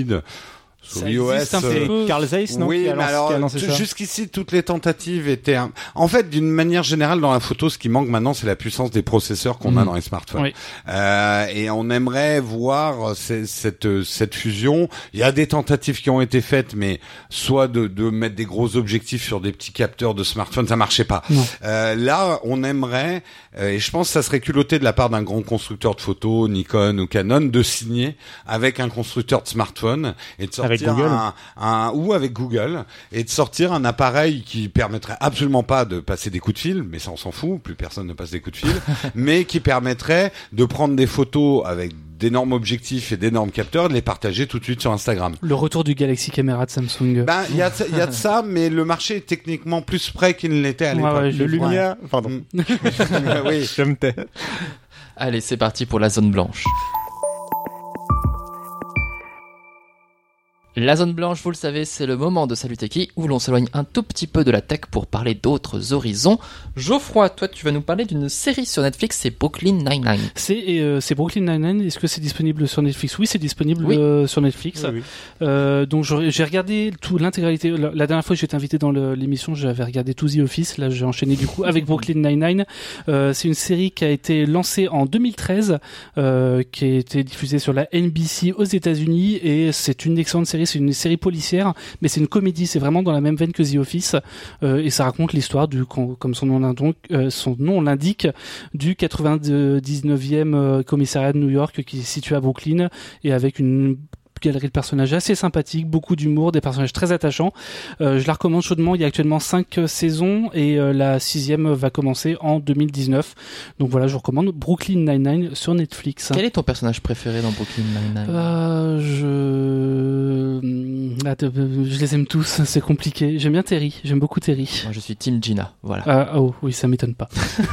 Sur Ça iOS, existe un euh, petit peu. Carl Zeiss, non oui, qui a mais lancé- alors qui a annoncé t- ça. jusqu'ici toutes les tentatives étaient. un- En fait, d'une manière générale, dans la photo, ce qui manque maintenant, c'est la puissance des processeurs qu'on a Mhm. dans les smartphones. Oui. Euh, et on aimerait voir c- cette cette fusion. Il y a des tentatives qui ont été faites, mais soit de de mettre des gros objectifs sur des petits capteurs de smartphone, ça marchait pas. Non. Euh, là, on aimerait, euh, et je pense que ça serait culotté de la part d'un grand constructeur de photos, Nikon ou Canon, de signer avec un constructeur de smartphone et de Avec sortir Google. un, un ou avec Google et de sortir un appareil qui permettrait absolument pas de passer des coups de fil, mais ça on s'en fout, plus personne ne passe des coups de fil, mais qui permettrait de prendre des photos avec d'énormes objectifs et d'énormes capteurs et de les partager tout de suite sur Instagram. Le retour du Galaxy Camera de Samsung. Ben, il y a, de ça- il y a de ça, mais le marché est techniquement plus prêt qu'il ne l'était à Ouais, l'époque. ouais, Le j'ai- Lumia, pardon. Mm. oui. Je me tais. Allez, c'est parti pour la zone blanche. La zone blanche, vous le savez, c'est le moment de Salut Techie où l'on s'éloigne un tout petit peu de la tech pour parler d'autres horizons. Geoffroy, toi, tu vas nous parler d'une série sur Netflix, c'est Brooklyn Nine-Nine. C'est, euh, c'est Brooklyn Nine-Nine. Est-ce que c'est disponible sur Netflix ? Oui, c'est disponible Oui. euh, sur Netflix. Oui, oui. Euh, donc j'ai j'ai regardé tout l'intégralité. La, la dernière fois que j'étais invité dans le, l'émission, j'avais regardé tout The Office. Là, j'ai enchaîné du coup avec Brooklyn Nine-Nine. Euh, c'est une série qui a été lancée en deux mille treize, euh, qui a été diffusée sur la N B C aux États-Unis, et c'est une excellente série. C'est une série policière, mais c'est une comédie. C'est vraiment dans la même veine que The Office, euh, et ça raconte l'histoire du, comme son nom l'indique, euh, son nom l'indique, du quatre-vingt-dix-neuvième euh, commissariat de New York qui est situé à Brooklyn, et avec une galerie de personnages assez sympathiques, beaucoup d'humour, des personnages très attachants. Euh, je la recommande chaudement. Il y a actuellement cinq saisons et euh, la sixième va commencer en deux mille dix-neuf. Donc voilà, je vous recommande Brooklyn Nine-Nine sur Netflix. Quel est ton personnage préféré dans Brooklyn Nine-Nine ? euh, je... Ah, je les aime tous, c'est compliqué. J'aime bien Terry, j'aime beaucoup Terry. Moi, je suis Team Gina, voilà. Ah, oh oui, ça m'étonne pas.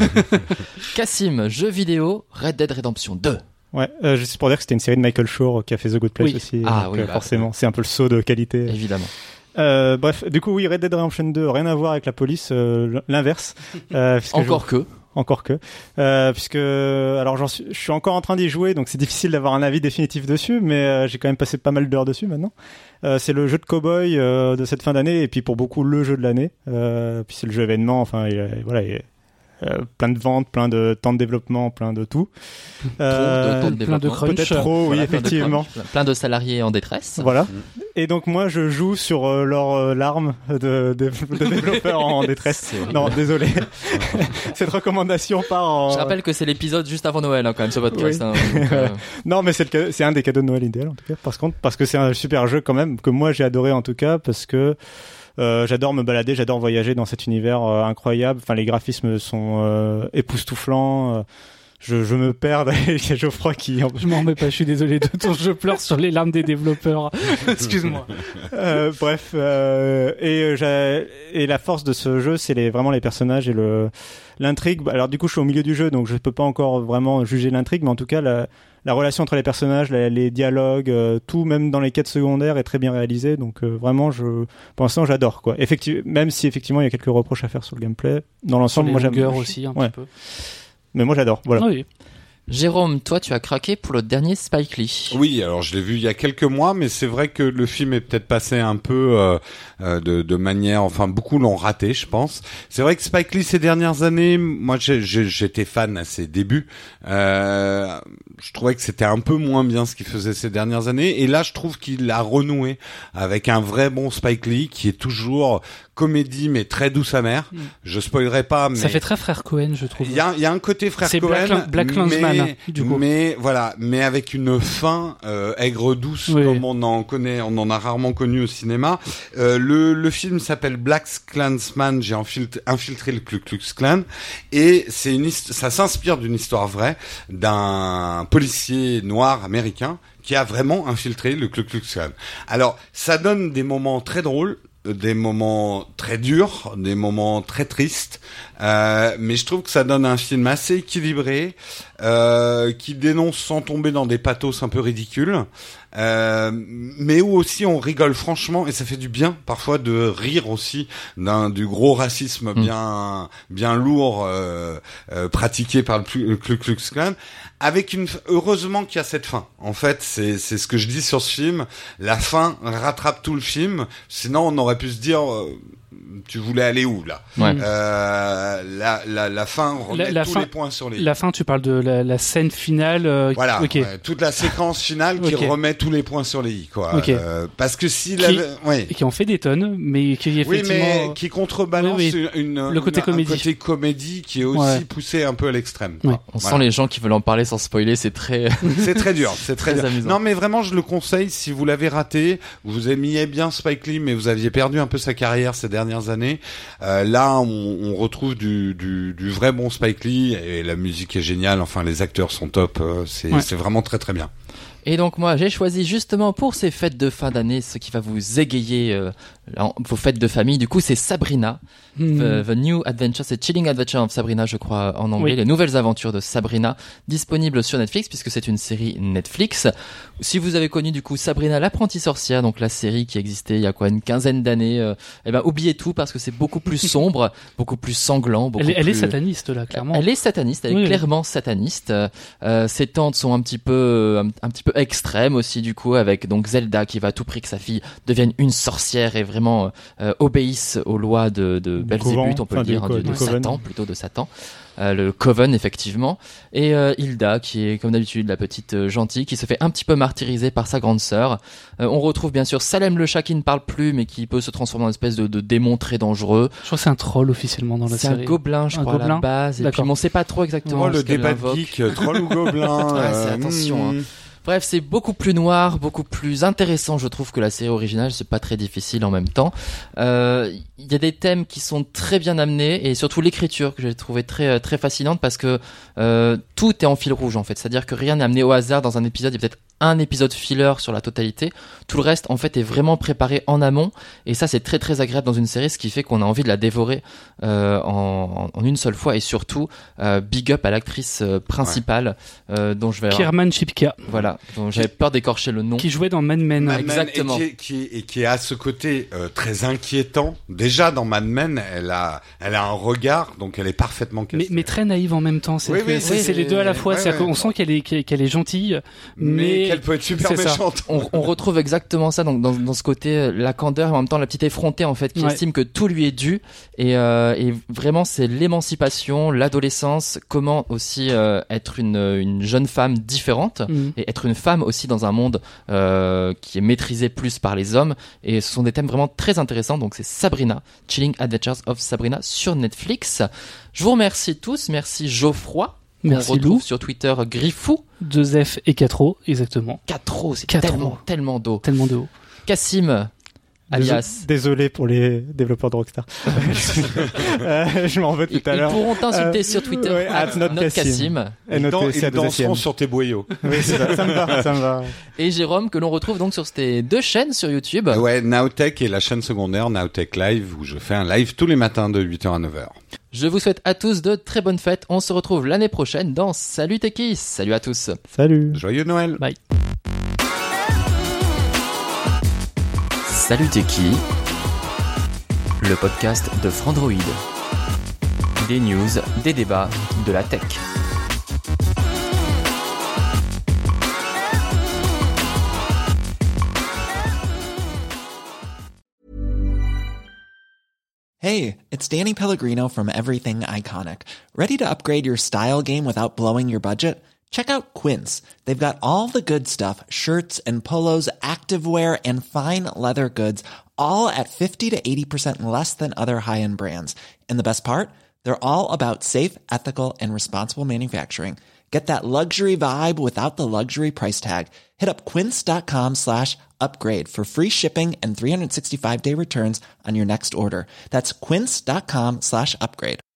Cassim, jeu vidéo, Red Dead Redemption deux. Ouais, euh, juste pour dire que c'était une série de Michael Shore qui a fait The Good Place Oui. aussi. Ah donc, oui, euh, bah, forcément, c'est un peu le saut de qualité. Évidemment. Euh, bref, du coup, oui, Red Dead Redemption deux, rien à voir avec la police, euh, l'inverse. Euh, puisque Encore je... que. Encore que. Euh, puisque, alors, j'en suis, je suis encore en train d'y jouer, donc c'est difficile d'avoir un avis définitif dessus, mais euh, j'ai quand même passé pas mal d'heures dessus maintenant. Euh, c'est le jeu de cow-boy euh, de cette fin d'année, et puis pour beaucoup le jeu de l'année. Euh, puis c'est le jeu événement, enfin, il, voilà, il, Euh, plein de ventes, plein de temps de développement, plein de tout. Euh, trop de temps de plein de développement. crunch. Peut-être trop, Voilà, oui, plein de effectivement. crunch, plein de salariés en détresse. Voilà. Et donc moi, je joue sur euh, leur euh, larme de, de, de développeurs en détresse. C'est horrible. Non, désolé. Cette recommandation part en... Je rappelle que c'est l'épisode juste avant Noël, hein, quand même, ce podcast. Oui. Hein, donc, euh, Non, mais c'est, le, ca- c'est un des cadeaux de Noël idéal, en tout cas. Par contre, parce que c'est un super jeu quand même, que moi j'ai adoré en tout cas, parce que Euh, j'adore me balader, j'adore voyager dans cet univers euh, incroyable. Enfin, les graphismes sont euh, époustouflants. Euh, je, je me perds. Il y a Geoffroy qui... Je m'en remets pas, je suis désolé de ton je pleure sur les larmes des développeurs. Excuse-moi. Euh, bref, euh, et, j'ai, et la force de ce jeu, c'est les, vraiment les personnages et le, l'intrigue. Alors du coup, je suis au milieu du jeu, donc je peux pas encore vraiment juger l'intrigue, mais en tout cas, la, la relation entre les personnages, la, les dialogues, euh, tout, même dans les quêtes secondaires, est très bien réalisé. Donc euh, vraiment, je, pour l'instant, j'adore, quoi. Effectivement, même si effectivement, il y a quelques reproches à faire sur le gameplay, dans l'ensemble, moi j'aime. Longueurs aussi un Ouais. petit peu. Mais moi j'adore. Voilà. Ah oui. Jérôme, toi, tu as craqué pour le dernier Spike Lee. Oui, alors je l'ai vu il y a quelques mois, mais c'est vrai que le film est peut-être passé un peu euh, euh, de, de manière, enfin beaucoup l'ont raté, je pense. C'est vrai que Spike Lee ces dernières années, moi j'ai, j'ai, j'étais fan à ses débuts. Euh, je trouvais que c'était un peu moins bien ce qu'il faisait ces dernières années, et là je trouve qu'il a renoué avec un vrai bon Spike Lee qui est toujours comédie mais très douce amère. Mm. Je spoilerai pas, mais ça fait très frère Cohen, je trouve. Il y a, il y a un côté frère c'est Cohen, Black, Black Klansman, mais, du coup. mais voilà, mais avec une fin euh, aigre douce, oui, comme on en connaît, on en a rarement connu au cinéma. Euh, le, le film s'appelle Black Klansman. J'ai infiltré, infiltré le Ku Klux Klan, et c'est une, ça s'inspire d'une histoire vraie d'un policier noir américain qui a vraiment infiltré le Ku Klux Klan. Alors, ça donne des moments très drôles, des moments très durs, des moments très tristes, euh, mais je trouve que ça donne un film assez équilibré, euh, qui dénonce sans tomber dans des pathos un peu ridicules, euh, mais où aussi on rigole franchement, et ça fait du bien parfois de rire aussi d'un du gros racisme bien mmh. bien lourd euh, euh, pratiqué par le Ku Klux Klan. Avec une, heureusement qu'il y a cette fin. En fait, c'est c'est ce que je dis sur ce film. La fin rattrape tout le film. Sinon, on aurait pu se dire, euh, tu voulais aller où là? Ouais. Euh, la la la fin remet la, la tous fin, les points sur les. La fin, tu parles de la, la scène finale. Euh, voilà. Okay. Ouais, toute la séquence finale qui okay. remet tous les points sur les i, quoi. Okay. Euh, parce que si qui, la, ouais. qui en fait des tonnes, mais qui effectivement. Oui, mais qui contrebalance oui, oui. une, une le côté une, comédie. un côté comédie qui est aussi ouais. poussé un peu à l'extrême. Ouais. On voilà. sent les gens qui veulent en parler sans spoiler, c'est très. c'est très dur, c'est très, très dur. amusant. Non, mais vraiment, je le conseille si vous l'avez raté, vous aimiez bien Spike Lee, mais vous aviez perdu un peu sa carrière ces dernières années. Euh, là, on, on retrouve du, du, du vrai bon Spike Lee, et la musique est géniale. Enfin, les acteurs sont top. Euh, c'est, ouais. c'est vraiment très très bien. Et donc moi j'ai choisi justement pour ces fêtes de fin d'année ce qui va vous égayer euh, là, vos fêtes de famille, du coup, c'est Sabrina. Hmm. The, The New Adventure, c'est Chilling Adventure of Sabrina, je crois, en anglais. Oui. Les nouvelles aventures de Sabrina, disponibles sur Netflix, puisque c'est une série Netflix. Si vous avez connu, du coup, Sabrina l'apprentie sorcière, donc la série qui existait il y a quoi, une quinzaine d'années, euh, eh ben, oubliez tout, parce que c'est beaucoup plus sombre, beaucoup plus sanglant, beaucoup Elle, est- elle est plus- sataniste, là, clairement. Elle est sataniste, elle est Oui, oui. clairement sataniste. Euh, ses tantes sont un petit peu, un, un petit peu extrêmes aussi, du coup, avec donc Zelda qui va à tout prix que sa fille devienne une sorcière et vraiment euh, obéisse aux lois de, de Du Belzébuth, couvent, on peut enfin, le dire, du co- hein, de, du de coven. Satan, plutôt de Satan. Euh, le Coven, effectivement. Et euh, Hilda, qui est comme d'habitude la petite euh, gentille, qui se fait un petit peu martyriser par sa grande sœur. Euh, on retrouve bien sûr Salem le chat qui ne parle plus, mais qui peut se transformer en une espèce de, de démon très dangereux. Je crois que c'est un troll officiellement dans la C'est un série. gobelin, je Un crois, à la gobelin base. Et puis, D'accord. mais on sait pas trop exactement Oh, le ce qu'elle débat de invoque. geek, troll ou gobelin. Ouais, c'est- euh, attention, hmm. hein. Bref, c'est beaucoup plus noir, beaucoup plus intéressant, je trouve, que la série originale. C'est pas très difficile en même temps. Euh, Il y a des thèmes qui sont très bien amenés et surtout l'écriture que j'ai trouvé très très fascinante parce que euh, tout est en fil rouge en fait. C'est-à-dire que rien n'est amené au hasard dans un épisode. Il y a peut-être un épisode filler sur la totalité. Tout le reste, en fait, est vraiment préparé en amont. Et ça, c'est très très agréable dans une série, ce qui fait qu'on a envie de la dévorer euh, en, en une seule fois. Et surtout, euh, big up à l'actrice euh, principale euh, dont je vais. Kierman Shipka, Voilà, dont j'avais peur d'écorcher le nom. qui jouait dans Mad Men. Mad Men, Exactement. Et qui, est, qui, est- et qui a ce côté euh, très inquiétant. Déjà dans Mad Men, elle a, elle a un regard, donc elle est parfaitement Mais, castée. mais très naïve en même temps. C'est Oui, oui, c'est- oui, c'est les deux à la fois. ouais, C'est-à-dire ouais. qu'on sent qu'elle est, qu'elle qu'elle est gentille, mais, mais, qu'elle peut être super c'est ça. méchante. On, on retrouve exactement ça donc dans, dans ce côté euh, la candeur et en même temps la petite effrontée en fait qui Ouais. estime que tout lui est dû et, euh, et vraiment c'est l'émancipation, l'adolescence, comment aussi euh, être une, une jeune femme différente Mhm. et être une femme aussi dans un monde euh, qui est maîtrisé plus par les hommes et ce sont des thèmes vraiment très intéressants donc c'est Sabrina, Chilling Adventures of Sabrina sur Netflix. Je vous remercie tous, merci Geoffroy. Merci on retrouve Lou. sur Twitter Griffou. Deux F et quatre O, exactement. quatre O, c'est Quatre tellement, O. tellement d'eau. Tellement de haut. Cassim, alias. Désolé pour les développeurs de Rockstar. Euh, je m'en veux tout Ils, à ils l'heure. pourront t'insulter Euh, sur Twitter. ouais, at Not notcassim. Cassim. Et Ils, notez dan- C ils A deux S I M. danseront sur tes boyaux. Oui, c'est ça. Ça me va, ça me va. Et Jérôme, que l'on retrouve donc sur ces deux chaînes sur YouTube. Ouais, Nowtech et la chaîne secondaire Nowtech Live où je fais un live tous les matins de huit heures à neuf heures. Je vous souhaite à tous de très bonnes fêtes. On se retrouve l'année prochaine dans Salut Techis. Salut à tous. Salut. Joyeux Noël. Bye. Salut Techis, le podcast de Frandroid. Des news, des débats, de la tech. Hey, it's Danny Pellegrino from Everything Iconic. Ready to upgrade your style game without blowing your budget? Check out Quince. They've got all the good stuff, shirts and polos, activewear, and fine leather goods, all at fifty to eighty percent less than other high-end brands. And the best part? They're all about safe, ethical, and responsible manufacturing. Get that luxury vibe without the luxury price tag. Hit up quince.com slash upgrade for free shipping and three sixty-five day returns on your next order. That's quince.com slash upgrade.